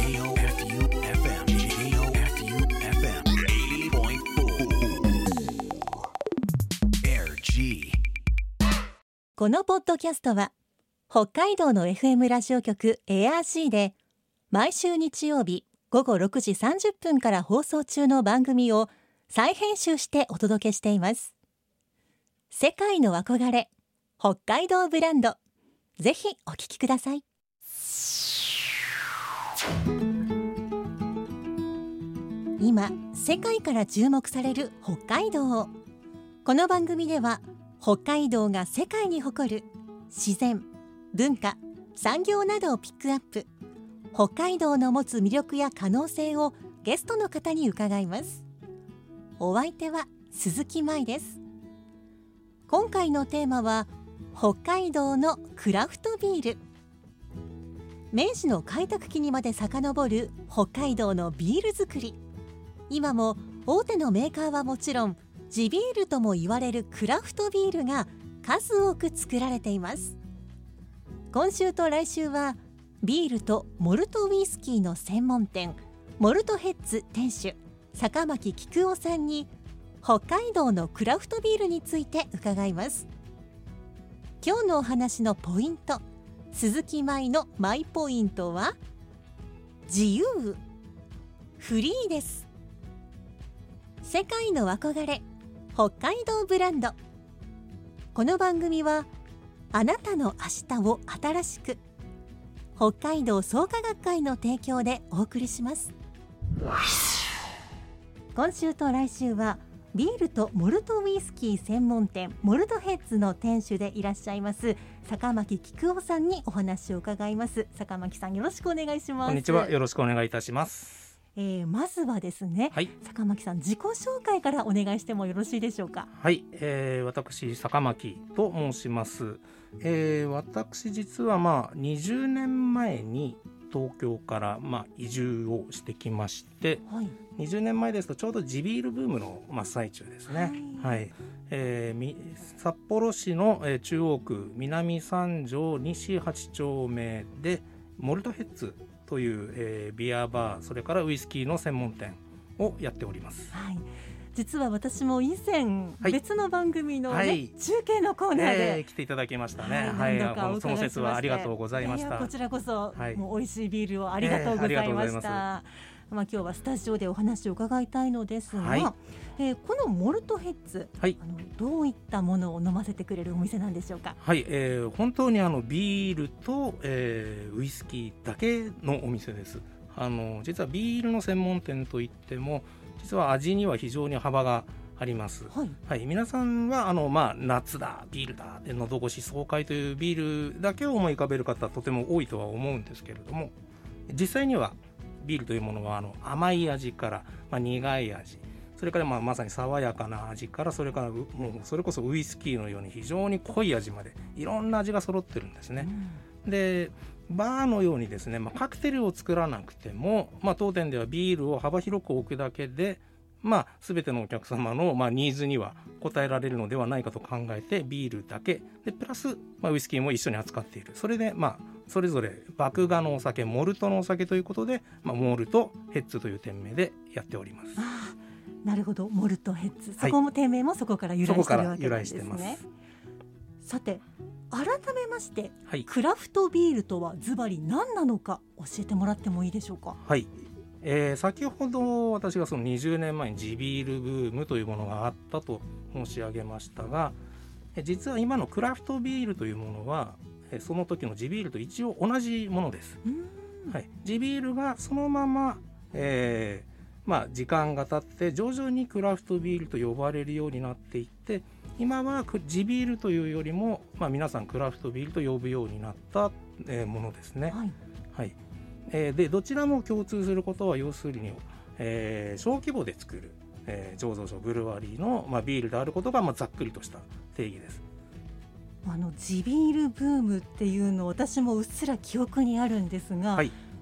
J-O-F-U-F-M 80.4 Air G。 このポッドキャストは北海道の FM ラジオ局 ARC で毎週日曜日午後6時30分から放送中の番組を再編集してお届けしています。世界の憧れ北海道ブランド、ぜひお聞きください。今世界から注目される北海道。この番組では北海道が世界に誇る自然、文化、産業などをピックアップ。北海道の持つ魅力や可能性をゲストの方に伺います。お相手は鈴木舞です。今回のテーマは北海道のクラフトビール。明治の開拓期にまで遡る北海道のビール作り。今も大手のメーカーはもちろん、地ビールとも言われるクラフトビールが数多く作られています。今週と来週はビールとモルトウイスキーの専門店モルトヘッズ店主坂巻菊夫さんに北海道のクラフトビールについて伺います。今日のお話のポイント、鈴木舞のマイポイントは自由、フリーです。世界の憧れ北海道ブランド。この番組はあなたの明日を新しく、北海道創価学会の提供でお送りします。今週と来週はビールとモルトウイスキー専門店モルトヘッズの店主でいらっしゃいます坂巻菊夫さんにお話を伺います。坂巻さん、よろしくお願いします。 こんにちは、よろしくお願いいたします。 まずはですね、はい、坂巻さん自己紹介からお願いしてもよろしいでしょうか。 はい、私坂巻と申します。私実は20年前に東京から移住をしてきまして、はい、20年前ですとちょうど地ビールブームの真っ最中ですね。はい札幌市の中央区南三条西8丁目でモルトヘッズという、ビアバー、それからウイスキーの専門店をやっております。 はい、実は私も以前、別の番組の、中継のコーナーで、 来ていただきましたね。その説はありがとうございました。 こちらこそ、もう美味しいビールをありがとうございました。今日はスタジオでお話を伺いたいのですが、このモルトヘッズ、どういったものを飲ませてくれるお店なんでしょうか。 はい、本当にビールと、ウイスキーだけのお店です。実はビールの専門店といっても実は味には非常に幅があります。皆さんは夏だビールだで喉越し爽快というビールだけを思い浮かべる方とても多いとは思うんですけれども、実際にはビールというものは甘い味から、苦い味、それからまさに爽やかな味から、それからもうそれこそウイスキーのように非常に濃い味までいろんな味が揃ってるんですね。でバーのようにですね、カクテルを作らなくても、当店ではビールを幅広く置くだけで、全てのお客様の、ニーズには応えられるのではないかと考えて、ビールだけでプラス、ウイスキーも一緒に扱っている。それで、それぞれ麦芽のお酒、モルトのお酒ということで、モルトヘッズという店名でやっております。 なるほど、モルトヘッズ、そこも店名もそこから由来しているわけなんですね。さて改めまして、クラフトビールとはズバリ何なのか教えてもらってもいいでしょうか。 はい、先ほど私がその20年前に地ビールブームというものがあったと申し上げましたが、実は今のクラフトビールというものはその時の地ビールと一応同じものです。地ビールがそのまま、時間が経って徐々にクラフトビールと呼ばれるようになっていって、今は地ビールというよりも、皆さんクラフトビールと呼ぶようになった、ものですね。でどちらも共通することは要するに、小規模で作る、醸造所ブルワリーの、ビールであることが、ざっくりとした定義です。 地ビールブームっていうの私もうっすら記憶にあるんですが、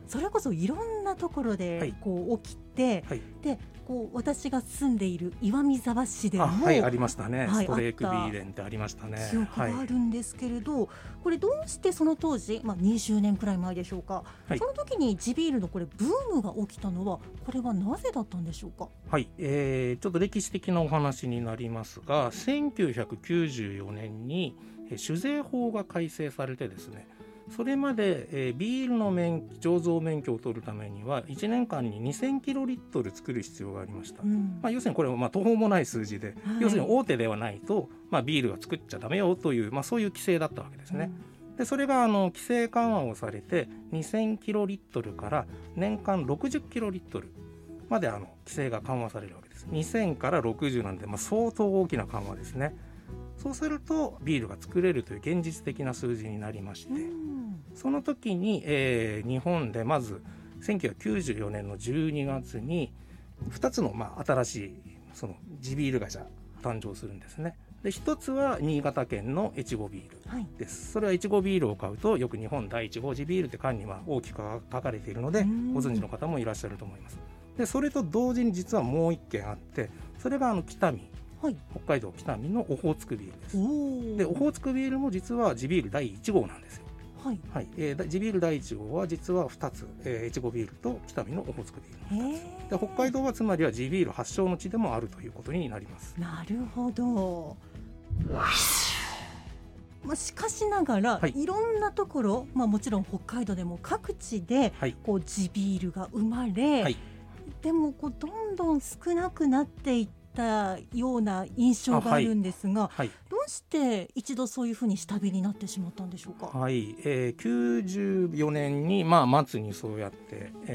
それこそいろんなところでこう起きて、 はい、 でこう私が住んでいる岩見沢市でもはい、ありましたね、 はい、 ストレークビーレンってありましたね。 記憶があるんですけれど、これどうしてその当時、20年くらい前でしょうか、その時に地ビールのこれブームが起きたのはこれはなぜだったんでしょうか。 はい、ちょっと歴史的なお話になりますが、1994年に酒税法が改正されてですね、それまで、ビールの醸造免許を取るためには1年間に2000キロリットル作る必要がありました。要するにこれは途方もない数字で、要するに大手ではないと、ビールは作っちゃダメよという、そういう規制だったわけですね。でそれが規制緩和をされて2000キロリットルから年間60キロリットルまで規制が緩和されるわけです。2000から60なんで、相当大きな緩和ですね。そうするとビールが作れるという現実的な数字になりまして、その時に、日本でまず1994年の12月に2つの新しいその地ビール会社誕生するんですね。で一つは新潟県の越後ビールです、それは越後ビールを買うとよく日本第一号地ビールって缶には大きく書かれているのでご存知の方もいらっしゃると思います。でそれと同時に実はもう一軒あって、それが北見、北海道北見のオホーツクビールです。でオホーツクビールも実は地ビール第1号なんですよ。地ビール第1号は実は2つ、越後ビールと北見のオホーツクビールの2つで、北海道はつまりは地ビール発祥の地でもあるということになります。 なるほど。しかしながら、いろんなところ、もちろん北海道でも各地で、こう地ビールが生まれ、でもこうどんどん少なくなっていったような印象があるんですが、どうして一度そういうふうに下火になってしまったんでしょうか。 94年に末にそうやって、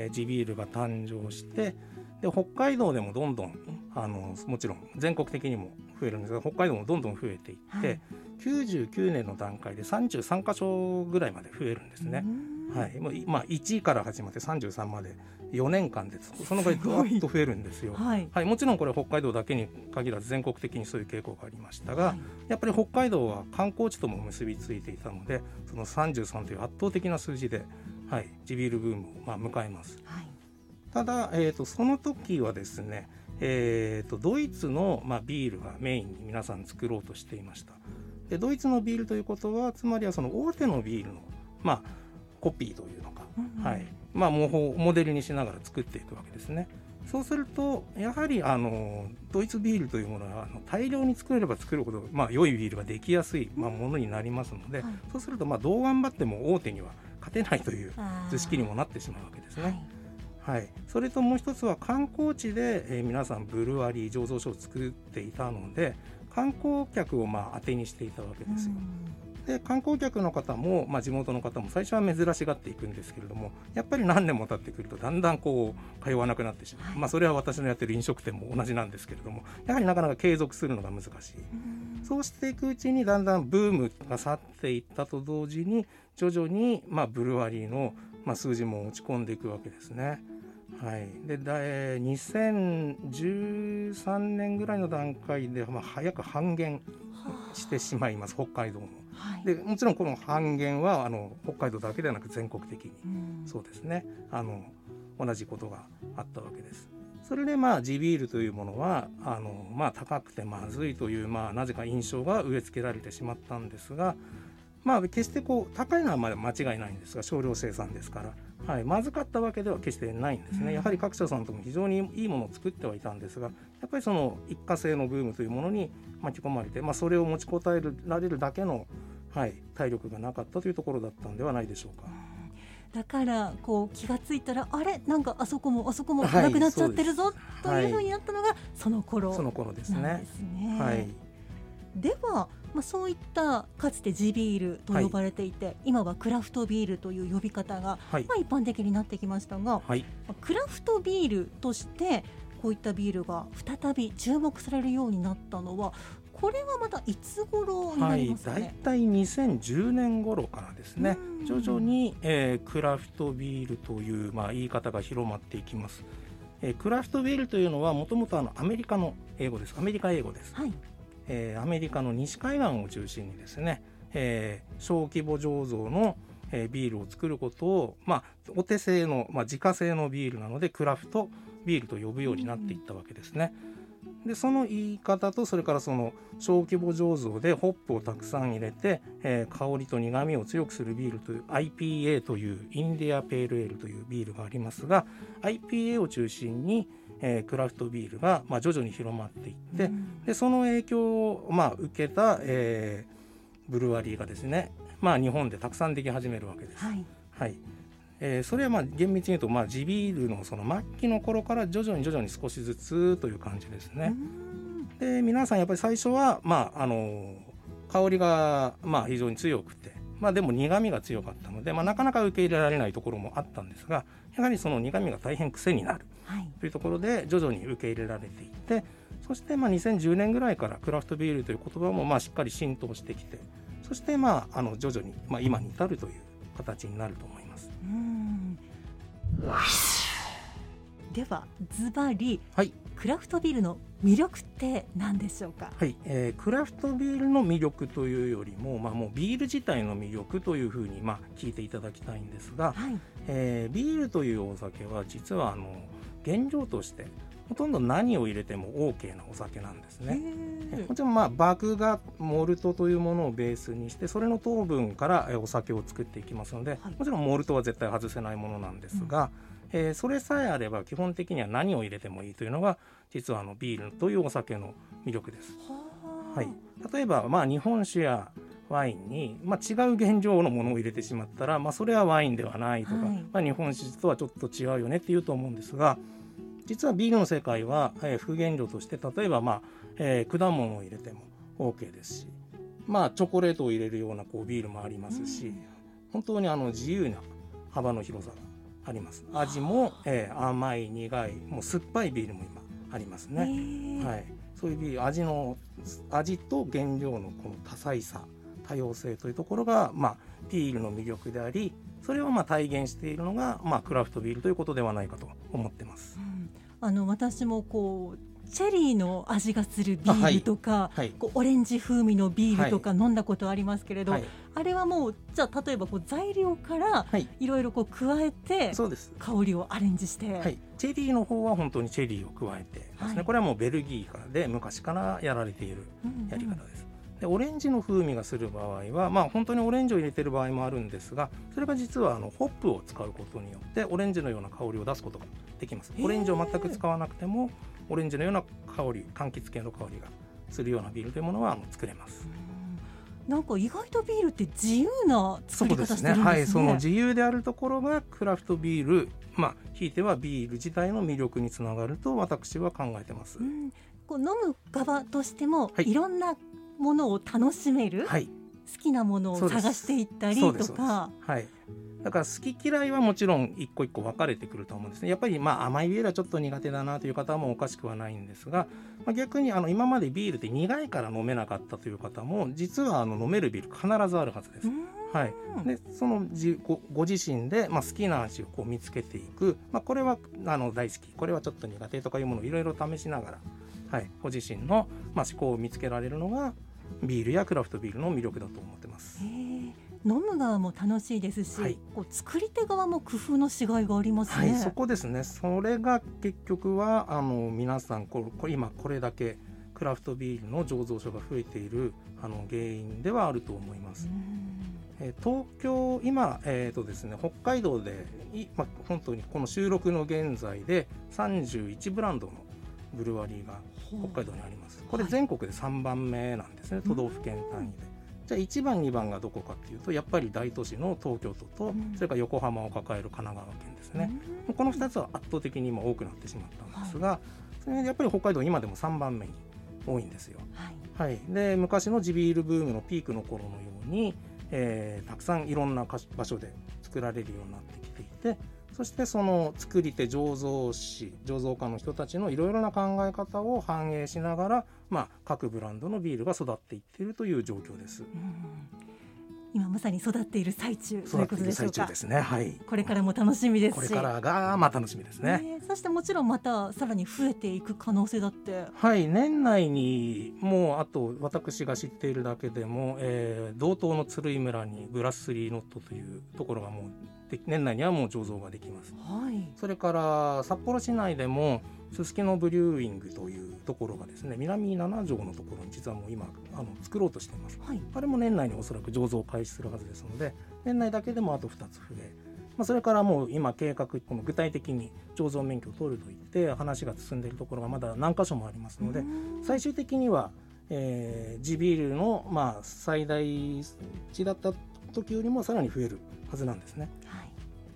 地ビールが誕生して、で北海道でもどんどんもちろん全国的にも増えるんですが、北海道もどんどん増えていって、99年の段階で33カ所ぐらいまで増えるんですね。1位から始まって33まで4年間でそのぐらいぐわっと増えるんですよ。もちろんこれ北海道だけに限らず全国的にそういう傾向がありましたが、やっぱり北海道は観光地とも結びついていたので、その33という圧倒的な数字で、地ビールブームを迎えます。ただ、その時はですね、ドイツの、ビールがメインに皆さん作ろうとしていました。でドイツのビールということはつまりはその大手のビールの、コピーというのか、モデルにしながら作っていくわけですね。そうするとやはりドイツビールというものは大量に作れれば作るほど、良いビールができやすい、ものになりますので、そうするとどう頑張っても大手には勝てないという図式にもなってしまうわけですね。それともう一つは観光地で、皆さんブルワリー醸造所を作っていたので観光客を当てにしていたわけですよ。で観光客の方も、地元の方も最初は珍しがっていくんですけれども、やっぱり何年も経ってくるとだんだん通わなくなってしまう、それは私のやってる飲食店も同じなんですけれども、やはりなかなか継続するのが難しい。そうしていくうちにだんだんブームが去っていったと同時に徐々に、ブルワリーの、数字も落ち込んでいくわけですね。で2013年ぐらいの段階で、約半減してしまいます、北海道も。でもちろんこの半減は北海道だけではなく全国的にそうですね、同じことがあったわけです。それで地ビールというものは高くてまずいという、なぜか印象が植え付けられてしまったんですが、決して高いのは間違いないんですが少量生産ですから、まずかったわけでは決してないんですね。やはり各社さんとも非常にいいものを作ってはいたんですが、やっぱりその一過性のブームというものに巻き込まれて、それを持ちこたえられるだけの、体力がなかったというところだったんではないでしょうか。 だから気がついたらなんかあそこもなくなっちゃってるぞ、というふうになったのがその頃ですね。では、そういったかつて地ビールと呼ばれていて、今はクラフトビールという呼び方が、一般的になってきましたが、クラフトビールとしてこういったビールが再び注目されるようになったのは、これはまたいつ頃になりますかね。 だいたい2010年頃からですね、徐々に、クラフトビールという、言い方が広まっていきます。クラフトビールというのはもともとアメリカの英語です。アメリカ英語です。アメリカの西海岸を中心にですね、小規模醸造の、 ビールを作ることを、お手製の、自家製のビールなのでクラフトビールと呼ぶようになっていったわけですね。でその言い方と、それからその小規模醸造でホップをたくさん入れて、香りと苦みを強くするビールという IPA というインディアペールエールというビールがありますが、 IPA を中心に、クラフトビールが、徐々に広まっていって、でその影響を、受けた、ブルワリーがですね、日本でたくさんでき始めるわけです。それは厳密に言うと、地ビールのその末期の頃から徐々に少しずつという感じですね。で皆さんやっぱり最初は、香りが非常に強くて、でも苦みが強かったので、なかなか受け入れられないところもあったんですが、やはりその苦みが大変癖になるというところで徐々に受け入れられていって、そして2010年ぐらいからクラフトビールという言葉もしっかり浸透してきて、そして徐々に、今に至るという形になると思います。 ではズバリ、クラフトビールの魅力って何でしょうか？ クラフトビールの魅力というよりも、もうビール自体の魅力というふうに聞いていただきたいんですが、ビールというお酒は実は原料としてほとんど何を入れても OK なお酒なんですね。もちろん麦芽モルトというものをベースにして、それの糖分からお酒を作っていきますので、もちろんモルトは絶対外せないものなんですが、それさえあれば基本的には何を入れてもいいというのが実はビールというお酒の魅力です。例えば日本酒やワインに、違う原料のものを入れてしまったら、それはワインではないとか、日本酒とはちょっと違うよねって言うと思うんですが、実はビールの世界は、副原料として例えば、果物を入れても OK ですし、チョコレートを入れるようなビールもありますし、本当に自由な幅の広さがあります。味も、甘い苦いもう酸っぱいビールも今ありますね。そういうビール、味と原料のこの多彩さ、多様性というところが、ビールの魅力であり、それを体現しているのが、クラフトビールということではないかと思ってます。 私もチェリーの味がするビールとか、オレンジ風味のビールとか飲んだことありますけれど、あれはもうじゃあ例えば材料からいろいろ加えて香りをアレンジして、 チェリーの方は本当にチェリーを加えてますね。これはもうベルギーからで昔からやられているやり方です。でオレンジの風味がする場合は、本当にオレンジを入れている場合もあるんですが、それが実はホップを使うことによってオレンジのような香りを出すことができます。オレンジを全く使わなくてもオレンジのような香り、柑橘系の香りがするようなビールというものは作れます。 なんか意外とビールって自由な作り方してるんですね。 その自由であるところがクラフトビール、ひいてはビール自体の魅力につながると私は考えてます。 飲む側としても、いろんなものを楽しめる、好きなものを探していったりとか、だから好き嫌いはもちろん一個一個分かれてくると思うんですね。やっぱり甘いビールはちょっと苦手だなという方もおかしくはないんですが、逆に今までビールって苦いから飲めなかったという方も実は飲めるビール必ずあるはずです。でそのご自身で、好きな味を見つけていく、これは大好き、これはちょっと苦手とかいうものをいろいろ試しながら、ご自身の、嗜好を見つけられるのがビールやクラフトビールの魅力だと思ってます。 飲む側も楽しいですし、作り手側も工夫のしがいがありますね。 そこですね。それが結局は皆さん今これだけクラフトビールの醸造所が増えている原因ではあると思います。東京今、ですね、北海道で本当にこの収録の現在で31ブランドのブルワリーが北海道にあります。これ全国で3番目なんですね、都道府県単位で。じゃあ1番2番がどこかっていうと、やっぱり大都市の東京都と、それから横浜を抱える神奈川県ですね。この2つは圧倒的に今多くなってしまったんですが、それでやっぱり北海道今でも3番目に多いんですよ。で昔の地ビールブームのピークの頃のように、たくさんいろんな場所で作られるようになってきていて、そしてその作り手醸造家の人たちのいろいろな考え方を反映しながら、各ブランドのビールが育っていっているという状況です。 今まさに育っている最中ということでしょうか。 育っている最中ですね。はい。 これからも楽しみですし、 これからが楽しみですね。 そしてもちろんまたさらに増えていく可能性だって。 はい、年内にもうあと私が知っているだけでも、道東の鶴居村にグラススリーノットというところがもう年内にはもう醸造ができます。 はい。 それから札幌市内でもすすきのブリューイングというところがですね、南7条のところに実はもう今作ろうとしています。 はい。 あれも年内におそらく醸造を開始するはずですので、年内だけでもあと2つ増え、それからもう今計画、この具体的に醸造免許を取るといって話が進んでいるところがまだ何箇所もありますので、最終的には、地ビールの最大値だった時よりもさらに増えるはずなんですね。 はい。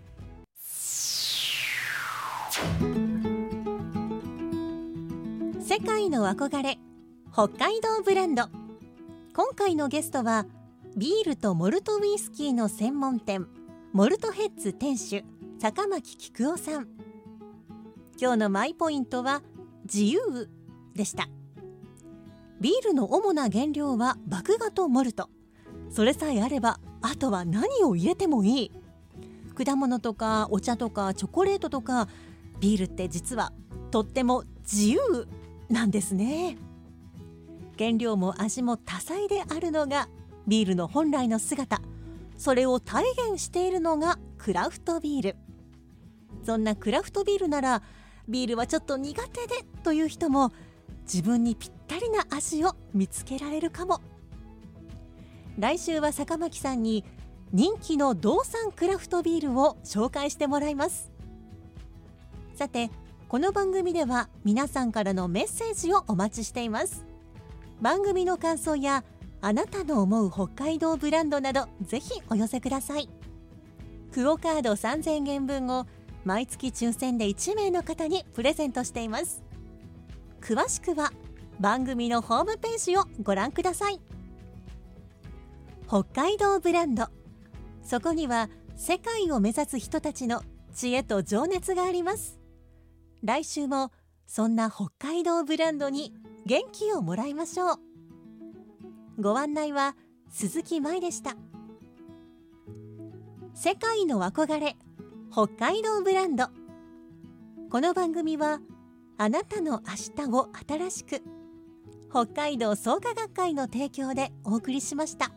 世界の憧れ北海道ブランド。今回のゲストはビールとモルトウイスキーの専門店モルトヘッズ店主坂巻菊夫さん。今日のマイポイントは自由でした。ビールの主な原料は麦芽とモルト。それさえあればあとは何を入れてもいい。果物とかお茶とかチョコレートとか、ビールって実はとっても自由なんですね。原料も味も多彩であるのがビールの本来の姿。それを体現しているのがクラフトビール。そんなクラフトビールなら、ビールはちょっと苦手でという人も自分にぴったりな味を見つけられるかも。来週は坂巻さんに人気の道産クラフトビールを紹介してもらいます。さて、この番組では皆さんからのメッセージをお待ちしています。番組の感想やあなたの思う北海道ブランドなど、ぜひお寄せください。クオカード3000円分を毎月抽選で1名の方にプレゼントしています。詳しくは番組のホームページをご覧ください。北海道ブランド、そこには世界を目指す人たちの知恵と情熱があります。来週もそんな北海道ブランドに元気をもらいましょう。ご案内は鈴木舞でした。世界の憧れ北海道ブランド。この番組はあなたの明日を新しく、北海道創価学会の提供でお送りしました。